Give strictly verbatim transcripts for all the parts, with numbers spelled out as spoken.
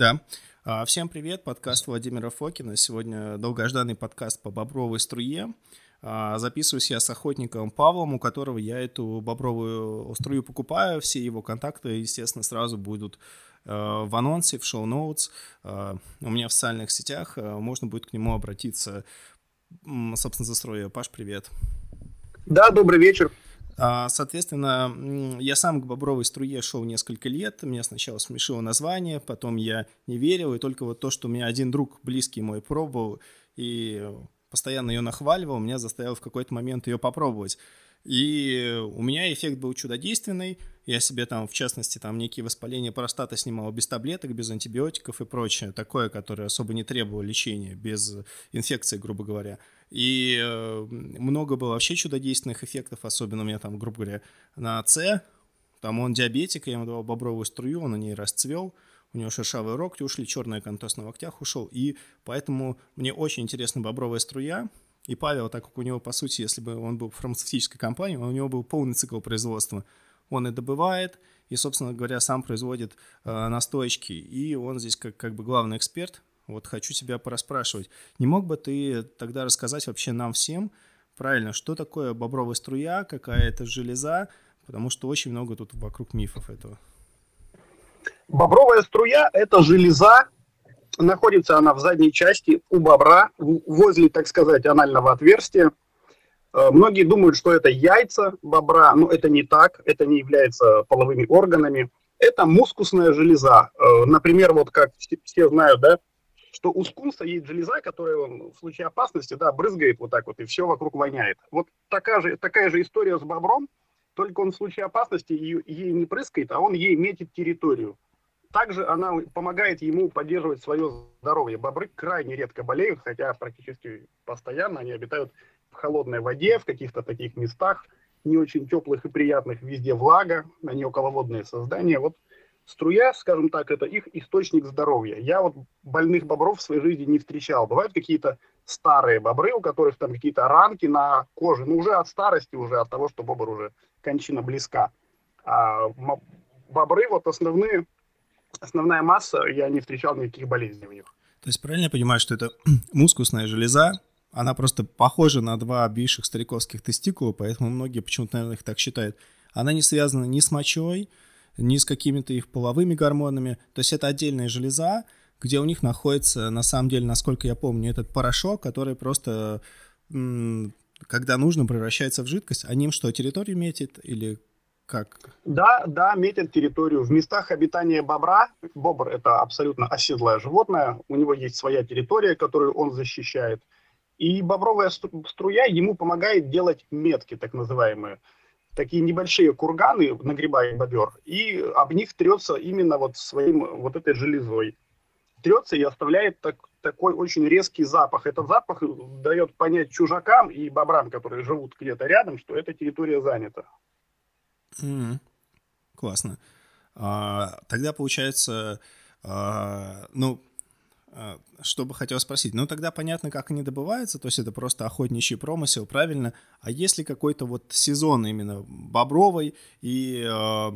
Да. А, Всем привет, подкаст Владимира Фокина. Сегодня долгожданный подкаст по бобровой струе. А, Записываюсь я с охотником Павлом, у которого я эту бобровую струю покупаю. Все его контакты, естественно, сразу будут э, в анонсе, в шоу-ноутс. Э, У меня в социальных сетях э, можно будет к нему обратиться, м, собственно, за струю. Паш, привет. Да, добрый вечер. А, Соответственно, м, я сам к бобровой струе шел несколько лет. Меня сначала смешило название, потом я не верил. И только вот то, что у меня один друг близкий мой пробовал и постоянно ее нахваливал, меня заставило в какой-то момент ее попробовать. И у меня эффект был чудодейственный. Я себе там, в частности, там некие воспаления простаты снимал без таблеток, без антибиотиков и прочее. Такое, которое особо не требовало лечения, без инфекции, грубо говоря. И э, много было вообще чудодейственных эффектов, особенно у меня там, грубо говоря, на отце. Там он диабетик, я ему давал бобровую струю, он на ней расцвел. У него шершавые ногти ушли, черный контоз на ногтях ушел. И поэтому мне очень интересна бобровая струя. И Павел, так как у него, по сути, если бы он был в фармацевтической компании, у него был полный цикл производства. Он и добывает, и, собственно говоря, сам производит э, настоечки. И он здесь как, как бы главный эксперт. Вот хочу тебя порасспрашивать. Не мог бы ты тогда рассказать вообще нам всем, правильно, что такое бобровая струя, какая это железа, потому что очень много тут вокруг мифов этого. Бобровая струя – это железа. Находится она в задней части у бобра, возле, так сказать, анального отверстия. Многие думают, что это яйца бобра, но это не так, это не является половыми органами. Это мускусная железа. Например, вот как все знают, да, что у скунса есть железа, которая в случае опасности, да, брызгает вот так вот, и все вокруг воняет. Вот такая же, такая же история с бобром, только он в случае опасности ей не прыскает, а он ей метит территорию. Также она помогает ему поддерживать свое здоровье. Бобры крайне редко болеют, хотя практически постоянно они обитают в холодной воде, в каких-то таких местах, не очень теплых и приятных, везде влага, они околоводные создания. Вот струя, скажем так, это их источник здоровья. Я вот больных бобров в своей жизни не встречал. Бывают какие-то старые бобры, у которых там какие-то ранки на коже, ну уже от старости, уже от того, что бобр уже кончина близка. А бобры вот основные, основная масса, я не встречал никаких болезней у них. То есть правильно я понимаю, что это мускусная железа, она просто похожа на два обвисших стариковских тестикула, поэтому многие почему-то, наверное, их так считают. Она не связана ни с мочой, ни с какими-то их половыми гормонами. То есть это отдельная железа, где у них находится, на самом деле, насколько я помню, этот порошок, который просто, когда нужно, превращается в жидкость. А ним что, территорию метит или как? Да, да, метит территорию. В местах обитания бобра, бобр – это абсолютно оседлое животное, у него есть своя территория, которую он защищает. И бобровая струя ему помогает делать метки, так называемые. Такие небольшие курганы нагребает бобер, и об них трется именно вот своим вот этой железой. Трется и оставляет так, такой очень резкий запах. Этот запах дает понять чужакам и бобрам, которые живут где-то рядом, что эта территория занята. Mm-hmm. Классно. А, тогда получается, а, ну, а, что бы хотел спросить, ну тогда понятно, как они добываются, то есть это просто охотничий промысел, правильно? А есть ли какой-то вот сезон именно бобровый и, а,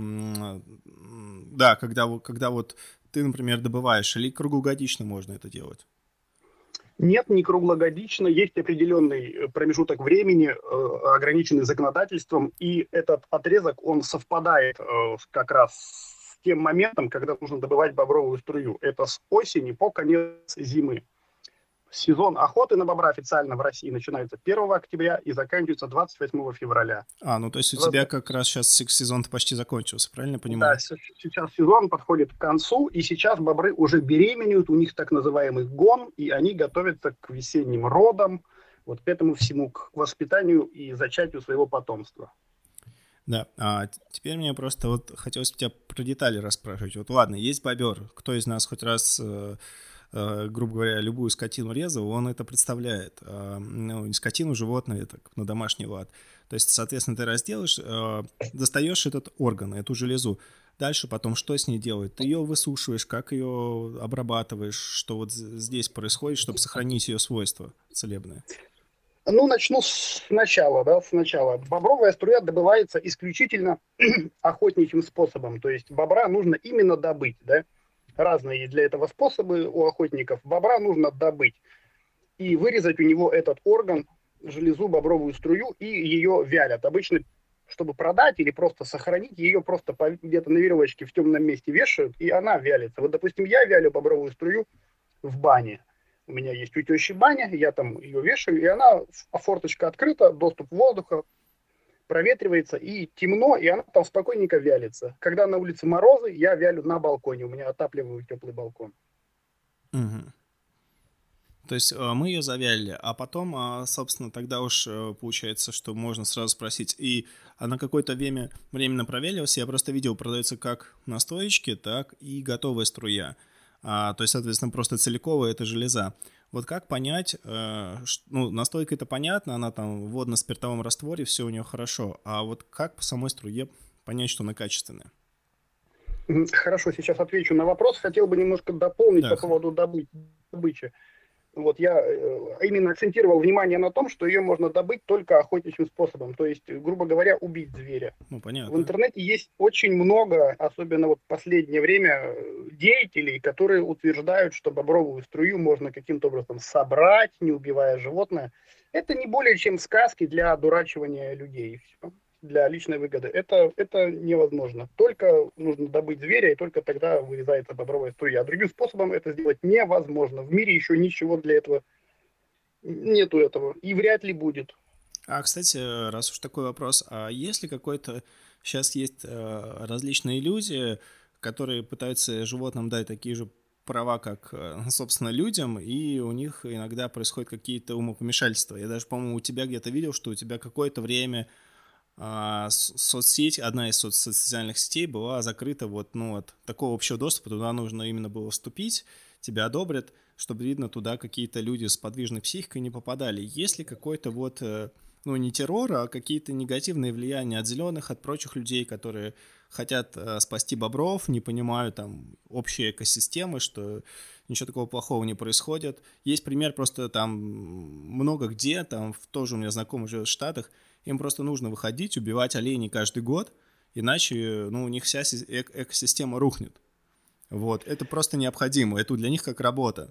да, когда, когда вот ты, например, добываешь, или круглогодично можно это делать? Нет, не круглогодично. Есть определенный промежуток времени, э, ограниченный законодательством, и этот отрезок, он совпадает э, как раз с тем моментом, когда нужно добывать бобровую струю. Это с осени по конец зимы. Сезон охоты на бобра официально в России начинается первого октября и заканчивается двадцать восьмого февраля. А, ну то есть у тебя как раз сейчас сезон-то почти закончился, правильно понимаю? Да, сейчас сезон подходит к концу, и сейчас бобры уже беременеют, у них так называемый гон, и они готовятся к весенним родам, вот к этому всему, к воспитанию и зачатию своего потомства. Да, а теперь мне просто вот хотелось тебя про детали расспрашивать. Вот ладно, есть бобер, кто из нас хоть раз... грубо говоря, любую скотину резал, он это представляет. Ну, не скотину, животное, это на домашний лад. То есть, соответственно, ты разделаешь, достаешь этот орган, эту железу. Дальше потом что с ней делают? Ты ее высушиваешь, как ее обрабатываешь, что вот здесь происходит, чтобы сохранить ее свойства целебные? Ну, начну сначала, да, сначала. Бобровая струя добывается исключительно охотничьим способом. То есть бобра нужно именно добыть, да. разные есть для этого способы у охотников. Бобра нужно добыть и вырезать у него этот орган, железу, бобровую струю, и ее вялят. Обычно, чтобы продать или просто сохранить, ее просто где-то на веревочке в темном месте вешают, и она вялится. Вот, допустим, я вялю бобровую струю в бане. У меня есть у тещи баня, я там ее вешаю, и она, форточка открыта, доступ воздуха, проветривается, и темно, и она там спокойненько вялится. Когда на улице морозы, я вялю на балконе, у меня отапливаю теплый балкон. Угу. То есть э, мы ее завяли, а потом, э, собственно, тогда уж э, получается, что можно сразу спросить. И она какое-то время временно провялилась. Я просто видел, продается как настоечки, так и готовая струя. А, то есть, соответственно, просто целиковая это железа. Вот как понять, э, ш- ну, настойка это понятно, она там в водно-спиртовом растворе, все у нее хорошо. А вот как по самой струе понять, что она качественная? Хорошо, сейчас отвечу на вопрос. Хотел бы немножко дополнить Да, по поводу добы- добычи. Вот я э, именно акцентировал внимание на том, что ее можно добыть только охотничьим способом, то есть, грубо говоря, убить зверя. ну В понятно. интернете есть очень много, особенно вот в последнее время, э, деятелей, которые утверждают, что бобровую струю можно каким-то образом собрать, не убивая животное. Это не более чем сказки для одурачивания людей, для личной выгоды. Это, это невозможно. Только нужно добыть зверя, и только тогда вырезается бобровая струя. А другим способом это сделать невозможно. В мире еще ничего для этого нету этого. И вряд ли будет. А, кстати, раз уж такой вопрос, а есть ли какой-то... Сейчас есть э, различные иллюзии, которые пытаются животным дать такие же права, как, э, собственно, людям, и у них иногда происходят какие-то умопомешательства. Я даже, по-моему, у тебя где-то видел, что у тебя какое-то время а, с- соцсеть, одна из соц- социальных сетей была закрыта вот, ну, от такого общего доступа, туда нужно именно было вступить, тебя одобрят, чтобы, видно, туда какие-то люди с подвижной психикой не попадали. Есть ли какой-то вот, э, ну, не террор, а какие-то негативные влияния от зеленых, от прочих людей, которые хотят э, спасти бобров, не понимают там общей экосистемы, что ничего такого плохого не происходит. Есть пример просто там много где, там тоже у меня знакомый живет в Штатах, им просто нужно выходить, убивать оленей каждый год, иначе, ну, у них вся эко- экосистема рухнет. Вот, это просто необходимо, это для них как работа.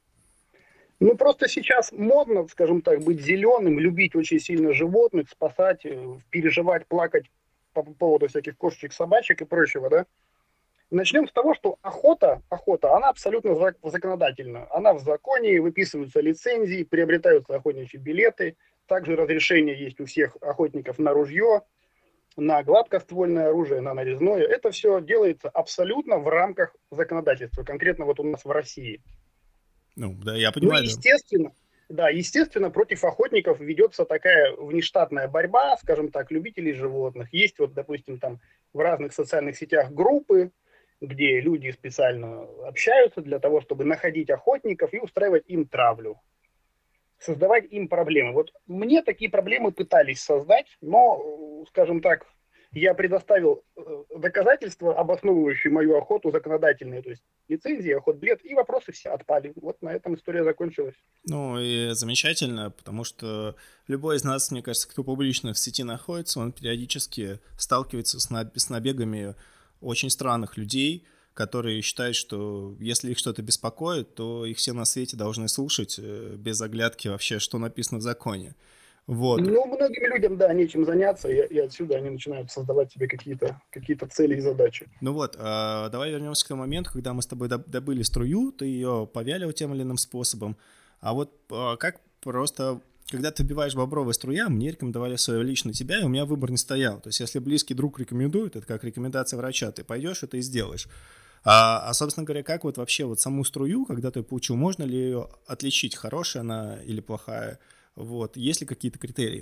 Ну, просто сейчас модно, скажем так, быть зеленым, любить очень сильно животных, спасать, э, переживать, плакать по поводу всяких кошечек, собачек и прочего, да. Начнем с того, что охота, охота, она абсолютно законодательна. Она в законе, выписываются лицензии, приобретаются охотничьи билеты. Также разрешение есть у всех охотников на ружье, на гладкоствольное оружие, на нарезное. Это все делается абсолютно в рамках законодательства, конкретно вот у нас в России. Ну, да, я Ну, понимаю, да. естественно, да, естественно, против охотников ведется такая внештатная борьба, скажем так, любителей животных. Есть вот, допустим, там в разных социальных сетях группы, где люди специально общаются для того, чтобы находить охотников и устраивать им травлю, создавать им проблемы. Вот мне такие проблемы пытались создать, но, скажем так, я предоставил доказательства, обосновывающие мою охоту законодательные, то есть лицензии, охотблет, и вопросы все отпали. Вот на этом история закончилась. Ну, и замечательно, потому что любой из нас, мне кажется, кто публично в сети находится, он периодически сталкивается с, наб- с набегами очень странных людей, которые считают, что если их что-то беспокоит, то их все на свете должны слушать э, без оглядки вообще, что написано в законе. Вот. Ну, многим людям, да, нечем заняться, и, и отсюда они начинают создавать себе какие-то какие цели и задачи. Ну вот, а, давай вернемся к тому моменту, когда мы с тобой доб- добыли струю, ты ее повялил тем или иным способом. А вот а, как просто, когда ты вбиваешь бобровая струя, мне рекомендовали свое лично тебя, и у меня выбор не стоял. То есть, если близкий друг рекомендует, это как рекомендация врача, ты пойдешь это и сделаешь. А, а, собственно говоря, как вот вообще вот саму струю, когда ты получил, можно ли ее отличить, хорошая она или плохая? Вот, есть ли какие-то критерии?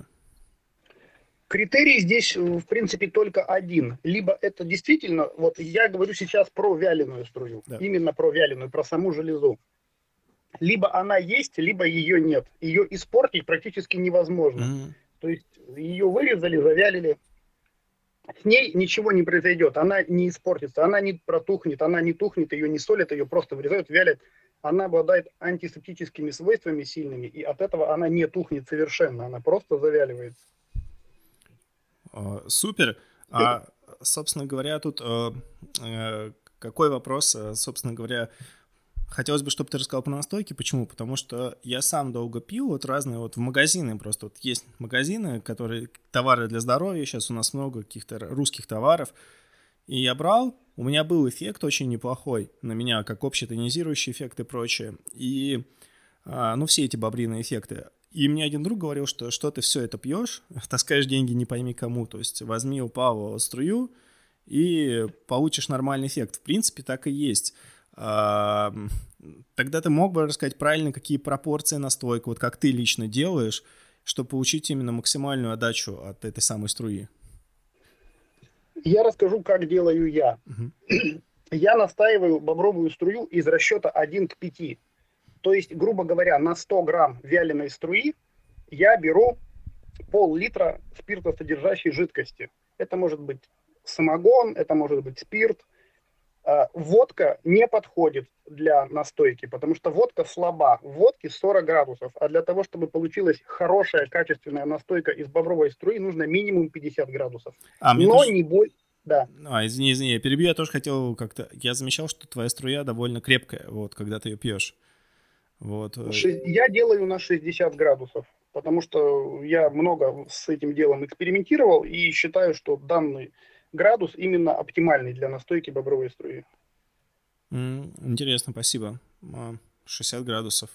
Критерий здесь, в принципе, только один. Либо это действительно, вот я говорю сейчас про вяленую струю, Да. именно про вяленую, про саму железу. Либо она есть, либо ее нет. Ее испортить практически невозможно. Мгм. То есть ее вырезали, завялили, с ней ничего не произойдет, она не испортится, она не протухнет, она не тухнет, ее не солят, ее просто вырезают, вялят. Она обладает антисептическими свойствами сильными, и от этого она не тухнет совершенно, она просто завяливается. А, Супер. А, собственно говоря, тут э, э, какой вопрос, собственно говоря, хотелось бы, чтобы ты рассказал про настойки. Почему? Потому что я сам долго пил вот разные вот в магазины, просто вот есть магазины, которые товары для здоровья, сейчас у нас много каких-то русских товаров, и я брал, у меня был эффект очень неплохой на меня, как общетонизирующий эффект и прочее, и, ну, все эти бобриные эффекты. И мне один друг говорил, что что ты все это пьешь, таскаешь деньги не пойми кому, то есть возьми у Павла струю и получишь нормальный эффект. В принципе, так и есть. Тогда ты мог бы рассказать правильно, какие пропорции настойка, вот как ты лично делаешь, чтобы получить именно максимальную отдачу от этой самой струи? Я расскажу, как делаю я. Uh-huh. Я настаиваю бобровую струю из расчета один к пяти. То есть, грубо говоря, на сто грамм вяленой струи я беру пол-литра спиртосодержащей жидкости. Это может быть самогон, это может быть спирт. Водка не подходит для настойки, потому что водка слаба. В водке сорок градусов, а для того, чтобы получилась хорошая, качественная настойка из бобровой струи, нужно минимум пятьдесят градусов. А, Но тоже... не более... Да. А, извини, извини, я перебью, я тоже хотел как-то... Я замечал, что твоя струя довольно крепкая, вот, когда ты ее пьешь. Вот. Я делаю на шестьдесят градусов, потому что я много с этим делом экспериментировал и считаю, что данный градус именно оптимальный для настойки бобровой струи. Интересно, спасибо. шестьдесят градусов.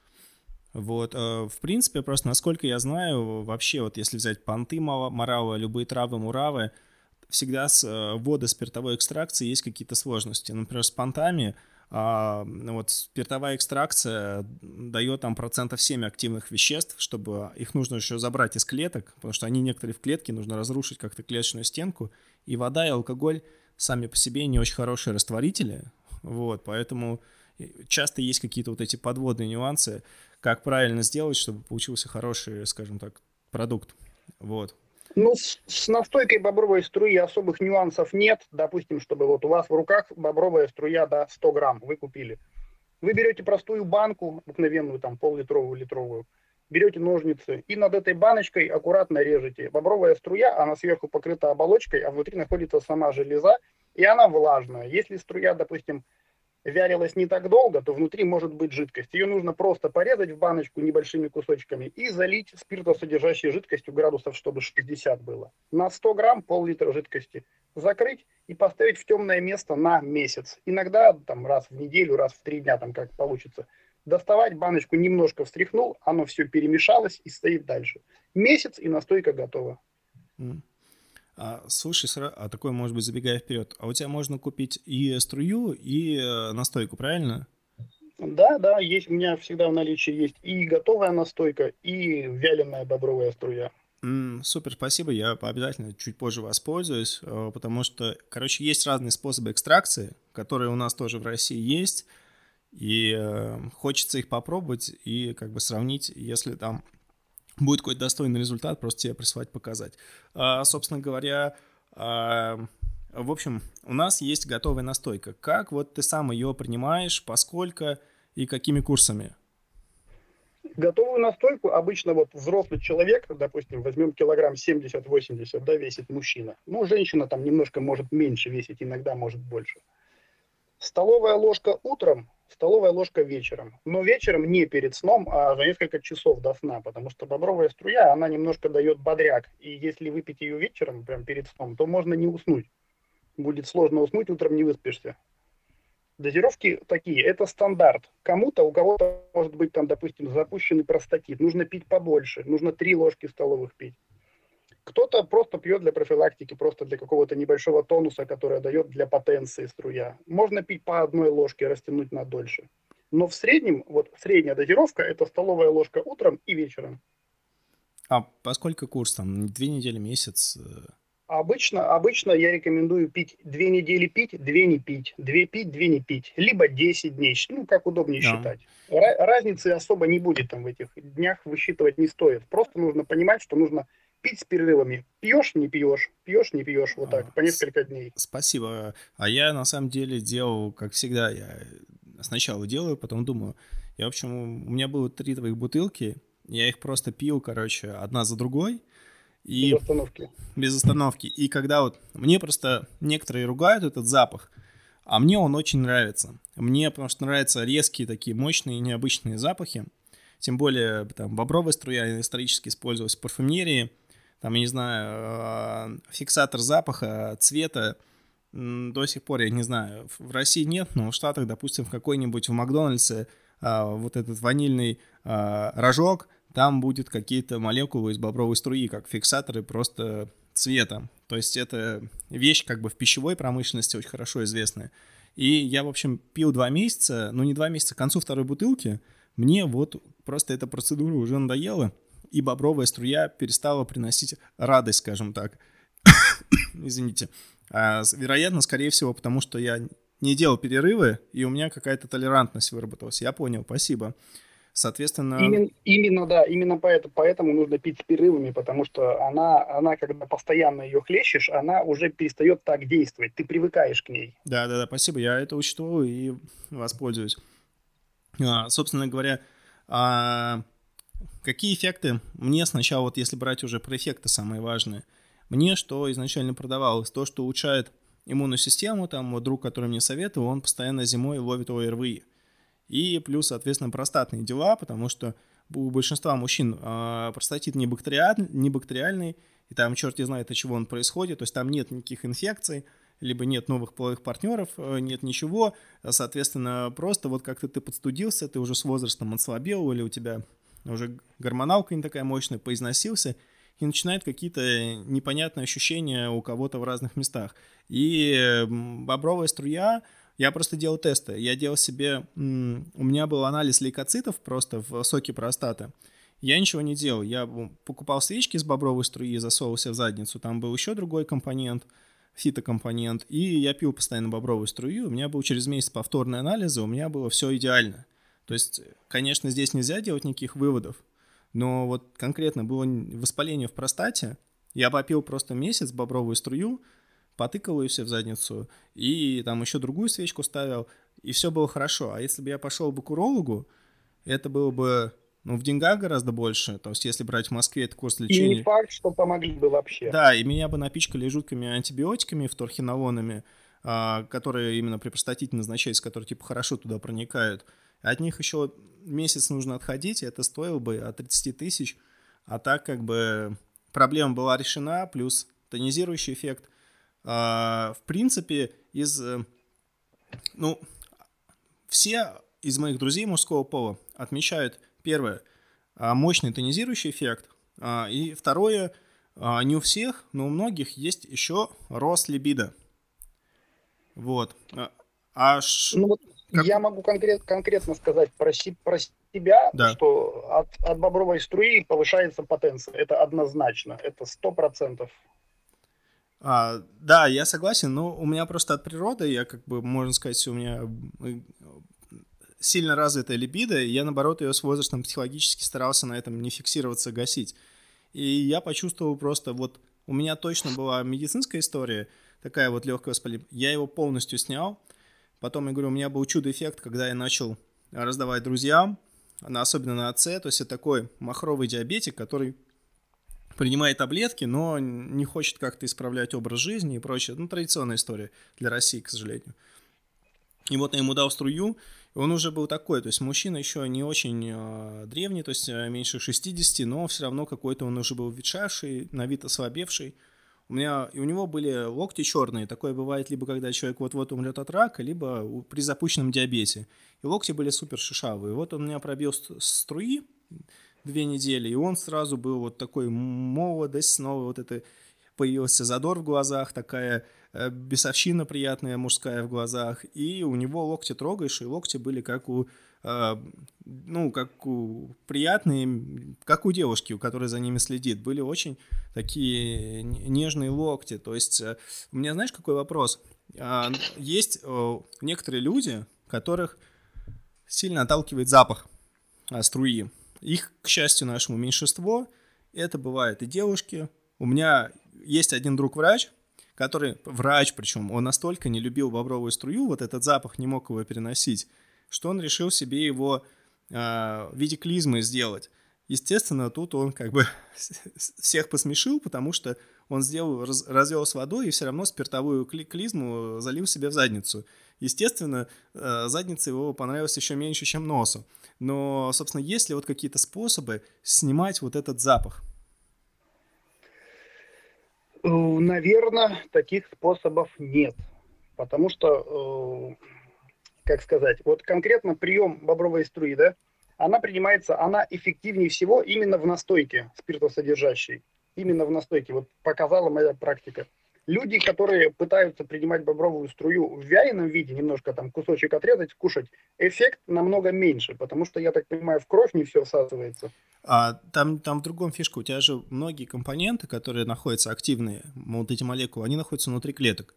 Вот, в принципе, просто насколько я знаю, вообще вот если взять понты морава, любые травы муравы, всегда с водоспиртовой экстракцией есть какие-то сложности. Например, с понтами а, вот спиртовая экстракция дает там процентов семь активных веществ, чтобы их нужно еще забрать из клеток, потому что они некоторые в клетке, нужно разрушить как-то клеточную стенку, и вода и алкоголь сами по себе не очень хорошие растворители, вот, поэтому часто есть какие-то вот эти подводные нюансы, как правильно сделать, чтобы получился хороший, скажем так, продукт, вот. Ну, с, с настойкой бобровой струи особых нюансов нет. Допустим, чтобы вот у вас в руках бобровая струя, да, сто грамм вы купили. Вы берете простую банку, обыкновенную, там, пол-литровую, литровую, берете ножницы и над этой баночкой аккуратно режете. Бобровая струя, она сверху покрыта оболочкой, а внутри находится сама железа, и она влажная. Если струя, допустим, вялилась не так долго, то внутри может быть жидкость. Ее нужно просто порезать в баночку небольшими кусочками и залить спиртосодержащей жидкостью градусов, чтобы шестьдесят было. На сто грамм пол-литра жидкости закрыть и поставить в темное место на месяц. Иногда там раз в неделю, раз в три дня, там как получится. Доставать баночку, немножко встряхнул, оно все перемешалось и стоит дальше. Месяц и настойка готова. Mm. А, слушай, а такое, может быть, забегая вперед, а у тебя можно купить и струю, и настойку, правильно? Да, да, есть, у меня всегда в наличии есть и готовая настойка, и вяленая бобровая струя. Mm, супер, спасибо, я обязательно чуть позже воспользуюсь, потому что, короче, есть разные способы экстракции, которые у нас тоже в России есть, и э, хочется их попробовать и как бы сравнить, если там будет какой-то достойный результат, просто тебе прислать, показать. А, собственно говоря, а, в общем, у нас есть готовая настойка. Как вот ты сам ее принимаешь, поскольку и какими курсами? Готовую настойку обычно вот взрослый человек, допустим, возьмем килограмм семьдесят-восемьдесят, да, весит мужчина. Ну, женщина там немножко может меньше весить, иногда может больше. Столовая ложка утром, столовая ложка вечером. Но вечером не перед сном, а за несколько часов до сна, потому что бобровая струя, она немножко дает бодряк. И если выпить ее вечером, прям перед сном, то можно не уснуть. Будет сложно уснуть, утром не выспишься. Дозировки такие, это стандарт. Кому-то, у кого-то может быть там, допустим, запущенный простатит. Нужно пить побольше, нужно три ложки столовых пить. Кто-то просто пьет для профилактики, просто для какого-то небольшого тонуса, который дает для потенции струя. Можно пить по одной ложке, растянуть на дольше. Но в среднем, вот средняя дозировка, это столовая ложка утром и вечером. А поскольку курс там две недели, месяц? Обычно, обычно я рекомендую пить две недели пить, две не пить, две пить, две не пить, либо десять дней, ну как удобнее да. считать. Разницы особо не будет там в этих днях, высчитывать не стоит. Просто нужно понимать, что нужно пить с перерывами. Пьешь, не пьешь, пьешь, не пьешь, вот так, по несколько дней. Спасибо. А я на самом деле делал, как всегда, я сначала делаю, потом думаю. Я, в общем, у меня было три твоих бутылки, я их просто пил, короче, одна за другой. И без остановки. Без остановки. И когда вот мне просто некоторые ругают этот запах, А мне он очень нравится. Мне потому что нравятся резкие такие мощные необычные запахи. Тем более там бобровая струя исторически использовалась в парфюмерии. Там, я не знаю, фиксатор запаха, цвета. До сих пор, я не знаю, в России нет, но в Штатах, допустим, в какой-нибудь в Макдональдсе вот этот ванильный рожок, там будет какие-то молекулы из бобровой струи, как фиксаторы просто цвета. То есть это вещь как бы в пищевой промышленности очень хорошо известная. И я, в общем, пил два месяца, ну не два месяца, к концу второй бутылки мне вот просто эта процедура уже надоела, и бобровая струя перестала приносить радость, скажем так. Извините. А, вероятно, скорее всего, потому что я не делал перерывы, и у меня какая-то толерантность выработалась. Я понял, спасибо. Соответственно... Именно, именно да, именно поэтому, поэтому нужно пить с перерывами, потому что она, она, когда постоянно ее хлещешь, она уже перестает так действовать, ты привыкаешь к ней. Да-да-да, спасибо, я это учту и воспользуюсь. А, собственно говоря, а, какие эффекты мне сначала, вот если брать уже про эффекты самые важные, мне что изначально продавалось, то, что улучшает иммунную систему, там вот друг, который мне советовал, он постоянно зимой ловит ОРВИ. И плюс, соответственно, простатные дела, потому что у большинства мужчин э, простатит не, бактериаль, не бактериальный, и там черти знает, от чего он происходит, то есть там нет никаких инфекций, либо нет новых половых партнеров, э, нет ничего, соответственно, просто вот как-то ты подстудился, ты уже с возрастом отслабел, или у тебя уже гормоналка не такая мощная, поизносился, и начинают какие-то непонятные ощущения у кого-то в разных местах. И бобровая струя... Я просто делал тесты. Я делал себе... У меня был анализ лейкоцитов просто в соке простаты. Я ничего не делал. Я покупал свечки с бобровой струи, засовывал себе в задницу. Там был еще другой компонент, фитокомпонент. И я пил постоянно бобровую струю. У меня был через месяц повторные анализы. У меня было все идеально. То есть, конечно, здесь нельзя делать никаких выводов. Но вот конкретно было воспаление в простате. Я попил просто месяц бобровую струю, потыкал ее все в задницу, и там еще другую свечку ставил, и все было хорошо. А если бы я пошел бы к урологу, это было бы, ну, в деньгах гораздо больше. То есть если брать в Москве этот курс лечения... И не факт, что помогли бы вообще. Да, и меня бы напичкали жуткими антибиотиками, вторхинолонами, которые именно при простатите назначаются, которые типа хорошо туда проникают. От них еще месяц нужно отходить, и это стоило бы от тридцать тысяч. А так как бы проблема была решена, плюс тонизирующий эффект. В принципе, из, ну, все из моих друзей мужского пола отмечают, первое, мощный тонизирующий эффект, и второе, не у всех, но у многих есть еще рост либидо. Вот. Аж... Ну, вот как... Я могу конкрет, конкретно сказать про, си, про себя, да. Что от, от бобровой струи повышается потенция. Это однозначно, это сто процентов. А, да, я согласен, но у меня просто от природы, я как бы, можно сказать, у меня сильно развитая либидо, и я, наоборот, ее с возрастом психологически старался на этом не фиксироваться, гасить. И я почувствовал просто, вот у меня точно была медицинская история, такая вот легкая воспаление, я его полностью снял, потом, я говорю, у меня был чудо-эффект, когда я начал раздавать друзьям, особенно на АЦ, то есть это такой махровый диабетик, который... принимает таблетки, но не хочет как-то исправлять образ жизни и прочее. Ну, традиционная история для России, к сожалению. И вот я ему дал струю, и он уже был такой, то есть мужчина еще не очень э, древний, то есть э, меньше шестидесяти, но все равно какой-то он уже был ветшавший, на вид ослабевший. У меня, и у него были локти черные, такое бывает либо когда человек вот-вот умрет от рака, либо при запущенном диабете. И локти были супер шишавые. Вот он меня пробил струи, две недели, и он сразу был вот такой молодость, снова вот это появился задор в глазах, такая э, бесовщина приятная мужская в глазах, и у него локти трогаешь, и локти были как у, э, ну, как у приятные, как у девушки, у которой за ними следит, были очень такие нежные локти, то есть э, у меня, знаешь, какой вопрос? Э, есть э, некоторые люди, которых сильно отталкивает запах э, струи. Их, к счастью, нашему меньшинство. Это бывает и девушки. У меня есть один друг-врач, который, врач причем, он настолько не любил бобровую струю, вот этот запах не мог его переносить, что он решил себе его э, в виде клизмы сделать. Естественно, тут он как бы всех посмешил, потому что он сделал, раз, развел с водой и все равно спиртовую клизму залил себе в задницу. Естественно, задница его понравилась еще меньше, чем носу. Но, собственно, есть ли вот какие-то способы снимать вот этот запах? Наверное, таких способов нет. Потому что, как сказать, вот конкретно прием бобровой струи, да, она принимается, она эффективнее всего именно в настойке спиртосодержащей. Именно в настойке. Вот показала моя практика. Люди, которые пытаются принимать бобровую струю в вяленом виде, немножко там кусочек отрезать, кушать, эффект намного меньше, потому что, я так понимаю, в кровь не все всасывается. А там, там в другом фишка. У тебя же многие компоненты, которые находятся активные, вот эти молекулы, они находятся внутри клеток.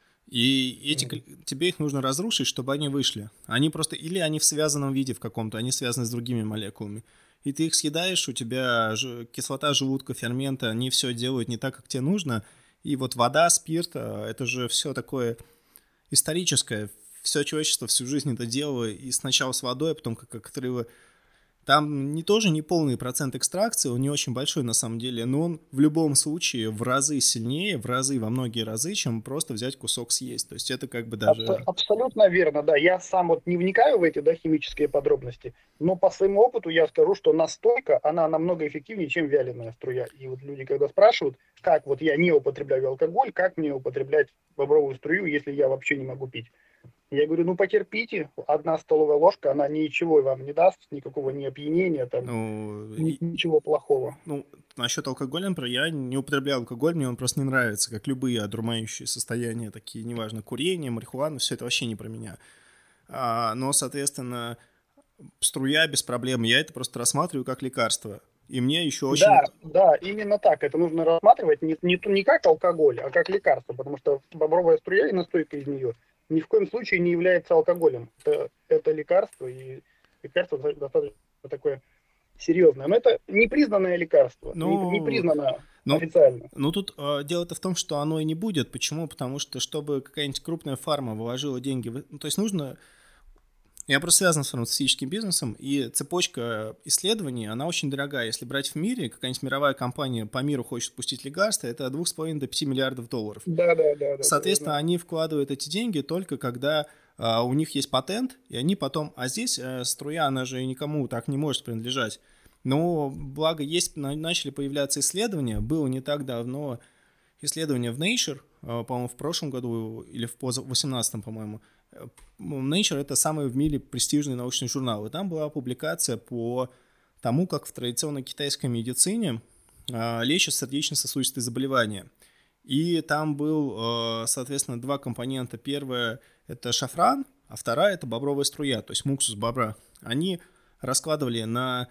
И эти, mm-hmm. тебе их нужно разрушить, чтобы они вышли. Они просто, или они в связанном виде в каком-то, они связаны с другими молекулами. И ты их съедаешь, у тебя кислота желудка, ферменты, они все делают не так, как тебе нужно. И вот вода, спирт, это же все такое историческое. Все человечество всю жизнь это делало, и сначала с водой, а потом как отрывы. Там не тоже не полный процент экстракции, он не очень большой на самом деле, но он в любом случае в разы сильнее, в разы, во многие разы, чем просто взять кусок съесть. То есть это как бы даже... Аб- абсолютно верно, да. Я сам вот не вникаю в эти, да, химические подробности, но по своему опыту я скажу, что настойка, она намного эффективнее, чем вяленая струя. И вот люди, когда спрашивают, как вот я не употребляю алкоголь, как мне употреблять бобровую струю, если я вообще не могу пить? Я говорю, ну потерпите, одна столовая ложка, она ничего вам не даст, никакого не опьянения, там, ну, ни, ничего плохого. Ну, насчет алкоголя, например, я не употребляю алкоголь, мне он просто не нравится, как любые одурманящие состояния, такие, неважно, курение, марихуана, все это вообще не про меня. А, но, соответственно, струя без проблем, я это просто рассматриваю как лекарство. И мне еще очень... Да, да, именно так. Это нужно рассматривать не, не, не как алкоголь, а как лекарство, потому что бобровая струя и настойка из нее ни в коем случае не является алкоголем. Это, это лекарство, и лекарство достаточно такое серьезное. Но это непризнанное лекарство, ну, не, не признано ну, официально. Ну, тут э, дело-то в том, что оно и не будет. Почему? Потому что, чтобы какая-нибудь крупная фарма вложила деньги... В... Ну, то есть нужно... Я просто связан с фармацевтическим бизнесом, и цепочка исследований, она очень дорогая. Если брать в мире, какая-нибудь мировая компания по миру хочет пустить лекарства, это от двух с половиной до пяти миллиардов долларов. Да, да, да. Соответственно, да, да. они вкладывают эти деньги только когда а, у них есть патент, и они потом... А здесь а, струя, она же никому так не может принадлежать. Но, благо, есть, начали появляться исследования. Было не так давно исследование в Nature, а, по-моему, в прошлом году или в восемнадцатом, по-моему. Nature — это самый в мире престижный научный журнал. И там была публикация по тому, как в традиционной китайской медицине э, лечат сердечно-сосудистые заболевания. И там был, э, соответственно, два компонента. Первое — это шафран, а вторая — это бобровая струя, то есть муксус бобра. Они раскладывали на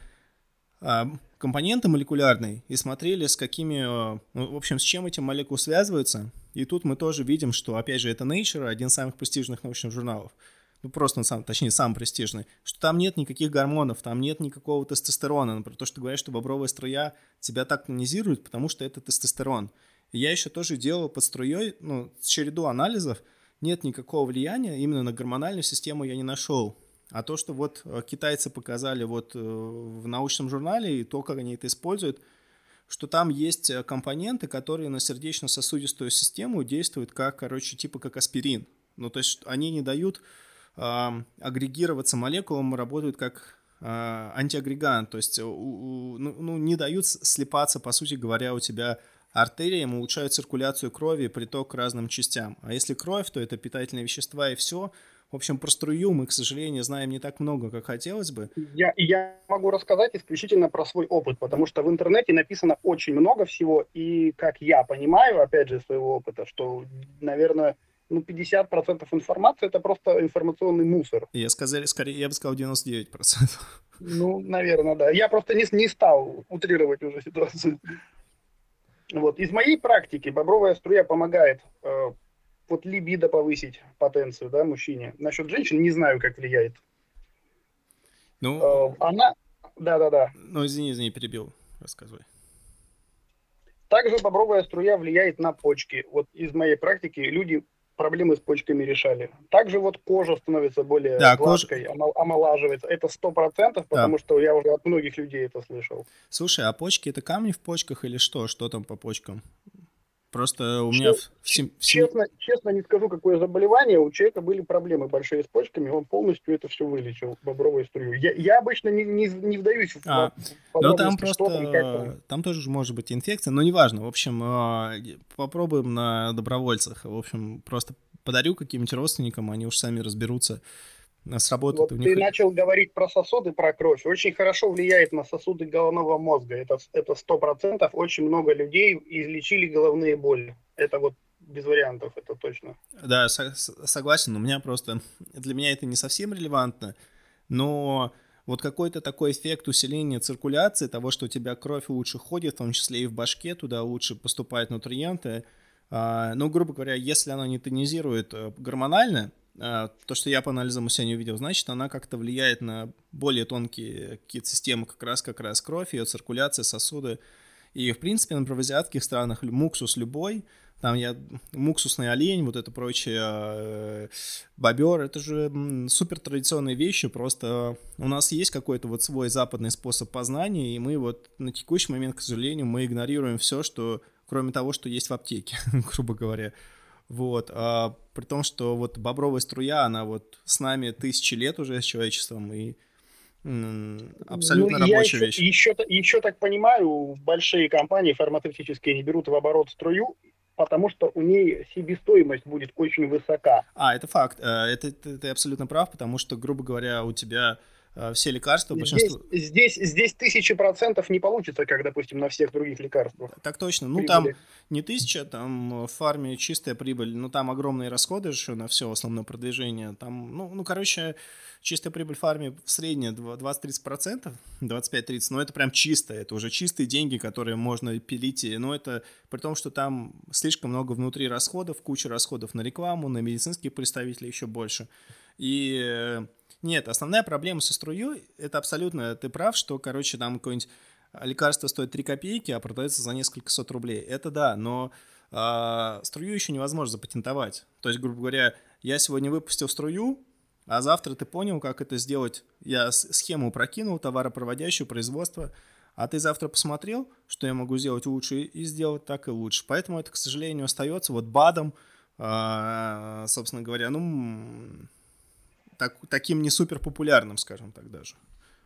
э, компоненты молекулярные и смотрели, с какими, э, в общем, с чем эти молекулы связываются. И тут мы тоже видим, что, опять же, это Nature, один из самых престижных научных журналов, ну просто, сам, точнее, самый престижный, что там нет никаких гормонов, там нет никакого тестостерона. Например, то, что говорят, что бобровая струя тебя так тонизирует, потому что это тестостерон. И я еще тоже делал под струей, ну, череду анализов, нет никакого влияния, именно на гормональную систему я не нашел. А то, что вот китайцы показали вот в научном журнале, и то, как они это используют, что там есть компоненты, которые на сердечно-сосудистую систему действуют как, короче, типа как аспирин. Ну, то есть они не дают э, агрегироваться молекулам, работают как э, антиагрегант. То есть у, у, ну, ну, не дают слипаться, по сути говоря, у тебя артериям, улучшают циркуляцию крови, приток к разным частям. А если кровь, то это питательные вещества и все. В общем, про струю мы, к сожалению, знаем не так много, как хотелось бы. Я, я могу рассказать исключительно про свой опыт, потому что в интернете написано очень много всего, и как я понимаю, опять же, своего опыта, что, наверное, ну, пятьдесят процентов информации — это просто информационный мусор. Я, сказали, скорее, я бы сказал девяносто девять процентов. Ну, наверное, да. Я просто не, не стал утрировать уже ситуацию. Вот. Из моей практики бобровая струя помогает э, вот либидо повысить, потенцию, да, мужчине. Насчет женщин не знаю, как влияет. Ну, э, она, да-да-да. Ну, извини, извини, перебил, рассказывай. Также бобровая струя влияет на почки. Вот из моей практики люди проблемы с почками решали. Также вот кожа становится более Да, гладкой, кожа... омол- омолаживается. Это сто процентов, Да. потому что я уже от многих людей это слышал. Слушай, а почки это камни в почках или что? Что там по почкам? Просто у меня Че- в, в ч- сем- в семье... Честно, честно не скажу, какое заболевание. У человека были проблемы большие с почками, он полностью это все вылечил, бобровой струю. Я, я обычно не, не, не вдаюсь в А, в ну там подробности, что там, как там. просто... Там тоже может быть инфекция, но неважно. В общем, а, попробуем на добровольцах. В общем, просто подарю каким-нибудь родственникам, они уж сами разберутся. А сработает Вот у ты них... начал говорить про сосуды, про кровь. Очень хорошо влияет на сосуды головного мозга. Это это сто процентов. Очень много людей излечили головные боли. Это вот без вариантов, это точно. Да, со- с- согласен. У меня просто... Для меня это не совсем релевантно, но вот какой-то такой эффект усиления циркуляции, того, что у тебя кровь лучше ходит, в том числе и в башке, туда лучше поступают нутриенты. А, ну, грубо говоря, если она не тонизирует э, гормонально, а, то, что я по анализам у себя не увидел, значит, она как-то влияет на более тонкие какие-то системы, как раз как раз кровь, ее циркуляция, сосуды. И, в принципе, например, в азиатских странах муксус любой, там я муксусный олень, вот это прочее, э, бобер, это же м, супер традиционные вещи, просто у нас есть какой-то вот свой западный способ познания, и мы вот на текущий момент, к сожалению, мы игнорируем все, что, кроме того, что есть в аптеке, грубо говоря. Вот, а, при том, что вот бобровая струя, она вот с нами тысячи лет уже, с человечеством, и м, Ну, абсолютно я рабочая еще, вещь. еще, еще так понимаю, большие компании фармацевтические не берут в оборот струю, потому что у ней себестоимость будет очень высока. А, это факт. Э, Это, ты, ты абсолютно прав, потому что, грубо говоря, у тебя э, все лекарства, Здесь, большинство... здесь, здесь тысячи процентов не получится, как, допустим, на всех других лекарствах Так точно. Ну, там прибыли. не тысяча, там в фарме чистая прибыль, но там огромные расходы еще на все основное продвижение. Там, ну, ну, короче, чистая прибыль в фарме средняя двадцать-тридцать процентов, двадцать пять тридцать, но это прям чистая, это уже чистые деньги, которые можно пилить. И, но это при том, что там слишком много внутри расходов, куча расходов на рекламу, на медицинских представителей еще больше. И э, нет, основная проблема со струей, это абсолютно, ты прав, что, короче, там какой-нибудь лекарство стоит три копейки, а продается за несколько сот рублей. Это да, но э, струю еще невозможно запатентовать. То есть, грубо говоря, я сегодня выпустил струю, а завтра ты понял, как это сделать. Я схему прокинул, товаропроводящую, производство, а ты завтра посмотрел, что я могу сделать лучше, и сделать так и лучше. Поэтому это, к сожалению, остается вот БАДом, э, собственно говоря, ну, так, таким не супер популярным, скажем так даже.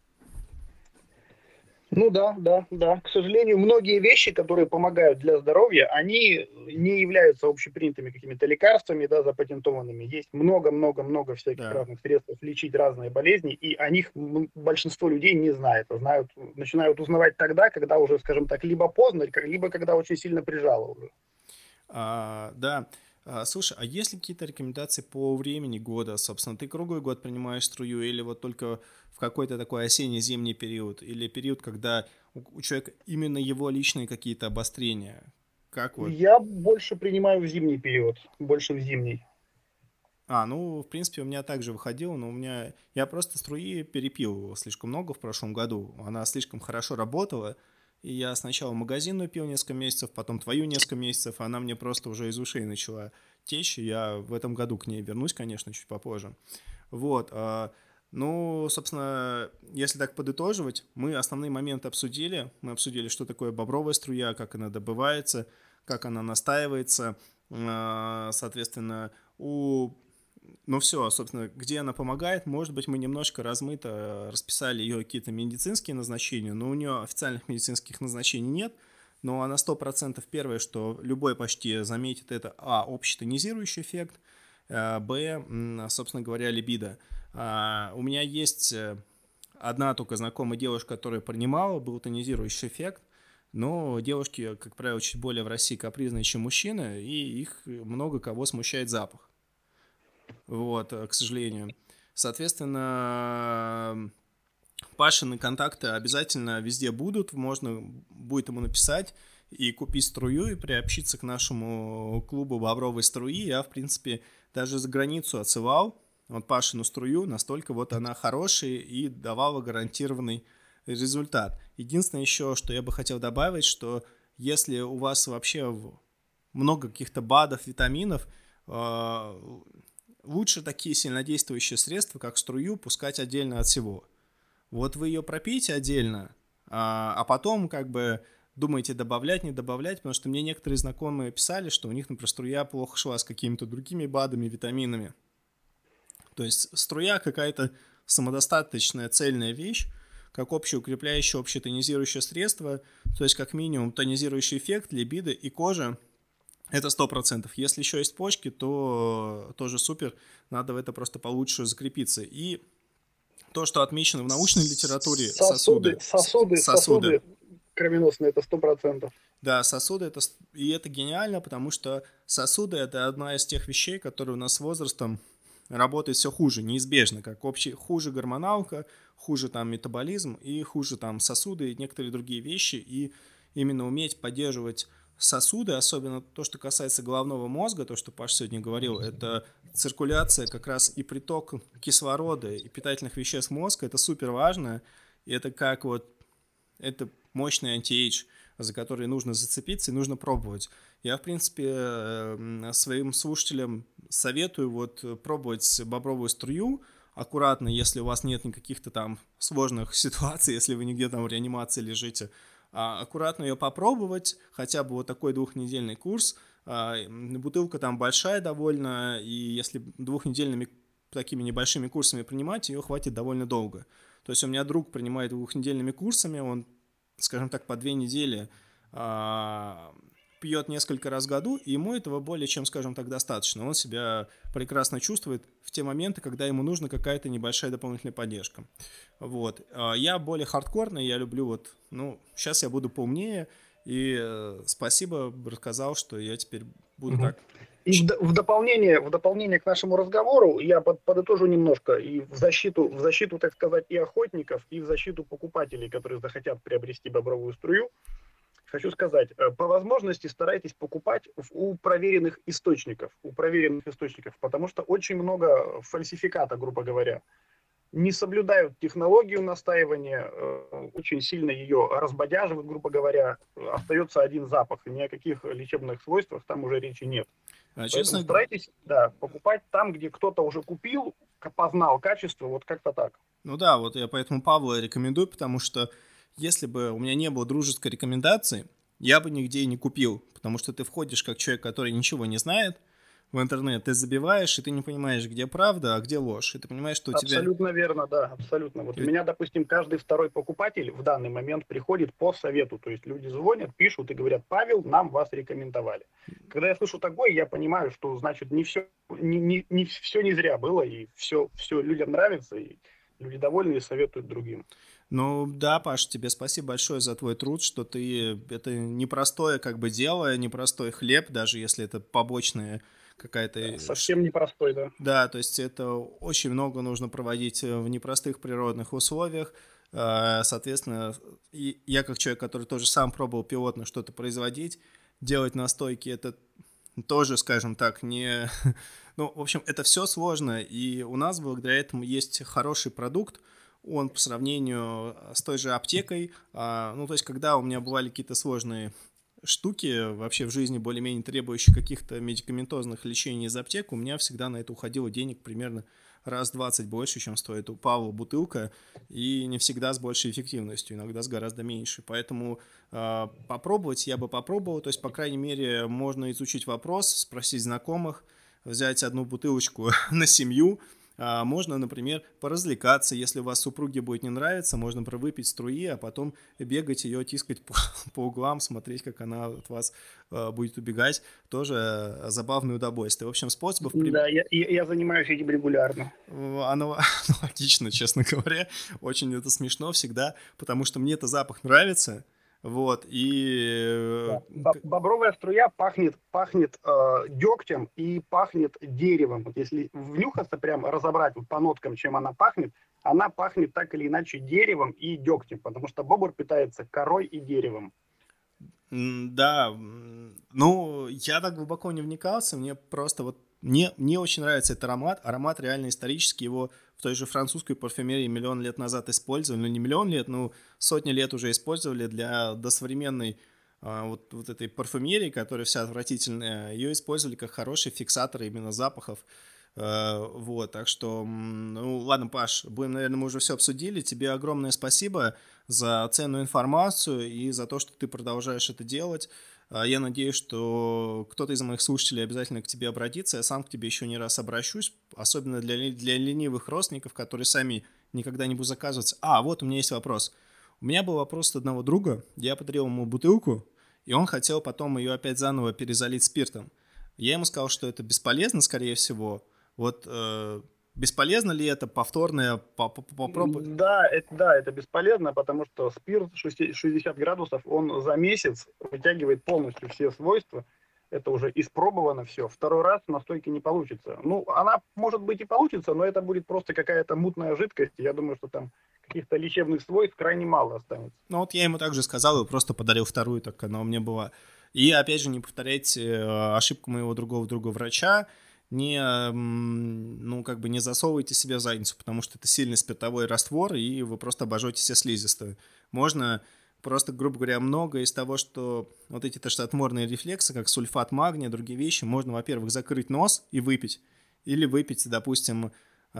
Ну да, да, да. К сожалению, многие вещи, которые помогают для здоровья, они не являются общепринятыми какими-то лекарствами, да, запатентованными. Есть много-много-много всяких Да. разных средств лечить разные болезни, и о них большинство людей не знает. А знают, начинают узнавать тогда, когда уже, скажем так, либо поздно, либо когда очень сильно прижало уже. А, да. А, слушай, а есть ли какие-то рекомендации по времени года? Собственно, ты круглый год принимаешь струю или вот только в какой-то такой осенне-зимний период? Или период, когда у, у человека именно его личные какие-то обострения? Как вот? Я больше принимаю в зимний период, больше в зимний. А, ну, в принципе, у меня также выходило, но у меня... Я просто струи перепил слишком много в прошлом году. Она слишком хорошо работала. И я сначала магазинную пил несколько месяцев, потом твою несколько месяцев, а она мне просто уже из ушей начала течь. И я в этом году к ней вернусь, конечно, чуть попозже. Вот. а, Ну, собственно, если так подытоживать, мы основные моменты обсудили. Мы обсудили, что такое бобровая струя, как она добывается, как она настаивается. а, Соответственно, у... Ну все, собственно, где она помогает, может быть, мы немножко размыто расписали ее какие-то медицинские назначения, но у нее официальных медицинских назначений нет, но она сто процентов первое, что любой почти заметит, это а, общий тонизирующий эффект, а, б, собственно говоря, либидо. А, у меня есть одна только знакомая девушка, которая принимала, был тонизирующий эффект, но девушки, как правило, чуть более в России капризные, чем мужчины, и их много кого смущает запах. Вот, к сожалению. Соответственно, Пашины контакты обязательно везде будут. Можно будет ему написать и купить струю, и приобщиться к нашему клубу бобровой струи. Я, в принципе, даже за границу отсылал вот Пашину струю. Настолько вот она хорошая и давала гарантированный результат. Единственное еще, что я бы хотел добавить, что если у вас вообще много каких-то БАДов, витаминов, лучше такие сильнодействующие средства, как струю, пускать отдельно от всего. Вот вы ее пропейте отдельно, а потом как бы думаете добавлять, не добавлять, потому что мне некоторые знакомые писали, что у них, например, струя плохо шла с какими-то другими БАДами, витаминами. То есть струя какая-то самодостаточная, цельная вещь, как общеукрепляющее, общетонизирующее средство, то есть как минимум тонизирующий эффект, либидо и кожа, это сто процентов. Если еще есть почки, то тоже супер, надо в это просто получше закрепиться. И то, что отмечено в научной литературе, сосуды, сосуды. Сосуды, сосуды, сосуды кровеносные, это сто процентов. Да, сосуды, это, и это гениально, потому что сосуды – это одна из тех вещей, которые у нас с возрастом работает все хуже, неизбежно, как общий, хуже гормоналка, хуже там метаболизм и хуже там сосуды и некоторые другие вещи, и именно уметь поддерживать сосуды, особенно то, что касается головного мозга, то, что Паш сегодня говорил, это циркуляция как раз и приток кислорода и питательных веществ в мозг, это супер важно, и это как вот, это мощный антиэйдж, за который нужно зацепиться и нужно пробовать. Я, в принципе, своим слушателям советую вот пробовать бобровую струю аккуратно, если у вас нет никаких-то там сложных ситуаций, если вы нигде там в реанимации лежите, аккуратно ее попробовать, хотя бы вот такой двухнедельный курс. Бутылка там большая довольно, и если двухнедельными такими небольшими курсами принимать, ее хватит довольно долго. То есть у меня друг принимает двухнедельными курсами, он, скажем так, по две недели пьет несколько раз в году, и ему этого более чем, скажем так, достаточно. Он себя прекрасно чувствует в те моменты, когда ему нужна какая-то небольшая дополнительная поддержка. Вот. Я более хардкорный, я люблю вот, ну, сейчас я буду поумнее, и спасибо, рассказал, что я теперь буду угу. так. И в, в, дополнение, в дополнение к нашему разговору я под, подытожу немножко и в защиту, в защиту, так сказать, и охотников, и в защиту покупателей, которые захотят приобрести бобровую струю. Хочу сказать, по возможности старайтесь покупать у проверенных источников, у проверенных источников, потому что очень много фальсификата, грубо говоря. Не соблюдают технологию настаивания, очень сильно ее разбодяживают, грубо говоря, остается один запах, ни о каких лечебных свойствах там уже речи нет. А, Поэтому честно... старайтесь да, покупать там, где кто-то уже купил, познал качество, вот как-то так. Ну да, вот я поэтому Павла рекомендую, потому что если бы у меня не было дружеской рекомендации, я бы нигде и не купил, потому что ты входишь как человек, который ничего не знает в интернет, ты забиваешь, и ты не понимаешь, где правда, а где ложь, и ты понимаешь, что у абсолютно тебя... Абсолютно верно, да, абсолютно. Вот и... у меня, допустим, каждый второй покупатель в данный момент приходит по совету, то есть люди звонят, пишут и говорят: Павел, нам вас рекомендовали. Когда я слышу такое, я понимаю, что, значит, не все не, не, не, все не зря было, и все, все людям нравится, и люди довольны и советуют другим. Ну да, Паш, тебе спасибо большое за твой труд, что ты, это непростое как бы дело, непростой хлеб, даже если это побочная какая-то... Совсем непростой, да. Да, то есть это очень много нужно проводить в непростых природных условиях, соответственно, и я как человек, который тоже сам пробовал пилотно что-то производить, делать настойки, это тоже, скажем так, не... Ну, в общем, это все сложно, и у нас благодаря этому есть хороший продукт. Он по сравнению с той же аптекой, ну, то есть, когда у меня бывали какие-то сложные штуки вообще в жизни, более-менее требующие каких-то медикаментозных лечений из аптек, у меня всегда на это уходило денег примерно раз двадцать больше, чем стоит у Павла бутылка, и не всегда с большей эффективностью, иногда с гораздо меньшей. Поэтому э, попробовать я бы попробовал, то есть, по крайней мере, можно изучить вопрос, спросить знакомых, взять одну бутылочку на семью. Можно, например, поразвлекаться, если у вас супруге будет не нравиться, можно провыпить струи, а потом бегать ее, тискать по, по углам, смотреть, как она от вас э, будет убегать. Тоже забавное удовольствие. В общем, способов... Да, я, я занимаюсь этим регулярно. Оно аналогично, честно говоря. Очень это смешно всегда, потому что мне этот запах нравится. Вот, и... Да. Бобровая струя пахнет, пахнет э, дегтем и пахнет деревом. Вот если внюхаться, прям разобрать вот по ноткам, чем она пахнет, она пахнет так или иначе деревом и дегтем, потому что бобр питается корой и деревом. Да, ну, я так глубоко не вникался, мне просто вот, мне, мне очень нравится этот аромат, аромат реально исторический, его в той же французской парфюмерии миллион лет назад использовали, ну не миллион лет, ну сотни лет уже использовали для досовременной вот, вот этой парфюмерии, которая вся отвратительная, ее использовали как хороший фиксатор именно запахов. Вот, так что, ну ладно, Паш, будем, наверное, мы уже все обсудили. Тебе огромное спасибо за ценную информацию и за то, что ты продолжаешь это делать. Я надеюсь, что кто-то из моих слушателей обязательно к тебе обратится. Я сам к тебе еще не раз обращусь, особенно для, для ленивых родственников, которые сами никогда не будут заказывать. А, вот у меня есть вопрос. У меня был вопрос от одного друга. Я подарил ему бутылку, и он хотел потом ее опять заново перезалить спиртом. Я ему сказал, что это бесполезно, скорее всего. Вот э, бесполезно ли это повторное попробовать? Да, это, да, это бесполезно, потому что спирт шестьдесят градусов, он за месяц вытягивает полностью все свойства. Это уже испробовано все. Второй раз настойки не получится. Ну, она, может быть, и получится, но это будет просто какая-то мутная жидкость. Я думаю, что там каких-то лечебных свойств крайне мало останется. Ну, вот я ему также сказал и просто подарил вторую, так она у меня была. И, опять же, не повторяйте ошибку моего другого друга врача. Не, ну, как бы не засовывайте себе в задницу, потому что это сильный спиртовой раствор, и вы просто обожжете все слизистые. Можно просто, грубо говоря, много из того, что вот эти тошнотворные рефлексы, как сульфат магния, другие вещи, можно, во-первых, закрыть нос и выпить. Или выпить, допустим,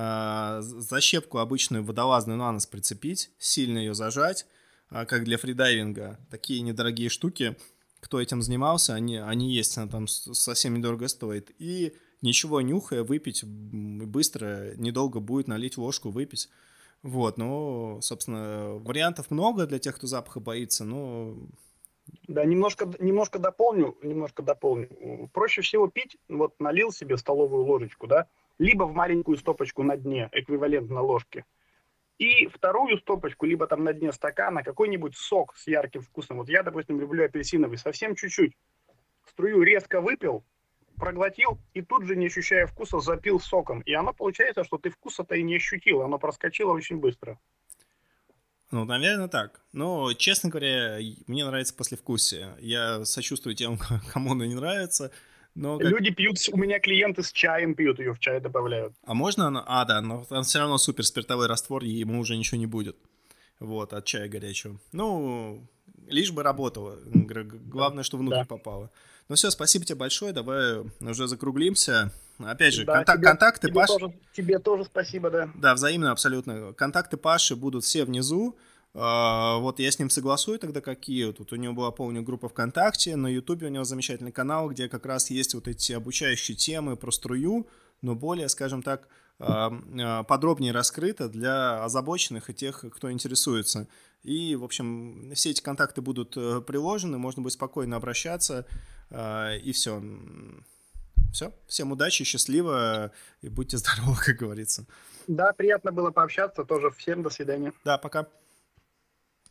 защепку обычную водолазную на нос прицепить, сильно ее зажать, как для фридайвинга. Такие недорогие штуки, кто этим занимался, они, они есть, она там совсем недорого стоит. И ничего нюхая, выпить быстро, недолго будет, налить ложку, выпить. Вот, ну, собственно, вариантов много для тех, кто запаха боится, но... Да, немножко, немножко дополню, немножко дополню. Проще всего пить, вот налил себе столовую ложечку, да, либо в маленькую стопочку на дне, эквивалентно ложке, и вторую стопочку, либо там на дне стакана, какой-нибудь сок с ярким вкусом. Вот я, допустим, люблю апельсиновый, совсем чуть-чуть. Струю резко выпил, проглотил и тут же, не ощущая вкуса, запил соком. И оно получается, что ты вкуса-то и не ощутил, оно проскочило очень быстро. Ну, наверное, так. Но, честно говоря, мне нравится послевкусие. Я сочувствую тем, кому оно не нравится. Но как... Люди пьют, у меня клиенты с чаем пьют, ее в чай добавляют. А можно оно? А, да, но там все равно супер спиртовой раствор, и ему уже ничего не будет. Вот, от чая горячего. Ну, лишь бы работало. Главное, что внутрь да. попало. Ну все, спасибо тебе большое. Давай уже закруглимся. Опять же, да, контак- тебе, контакты тебе Паши... Тоже, тебе тоже спасибо, да. Да, взаимно, абсолютно. Контакты Паши будут все внизу. Вот я с ним согласую тогда, какие. Тут у него была, помню, группа ВКонтакте. На Ютубе у него замечательный канал, где как раз есть вот эти обучающие темы про струю, но более, скажем так, подробнее раскрыто для озабоченных и тех, кто интересуется. И, в общем, все эти контакты будут приложены, можно будет спокойно обращаться, и все. Все. Всем удачи, счастливо, и будьте здоровы, как говорится. Да, приятно было пообщаться тоже. Всем до свидания. Да, пока.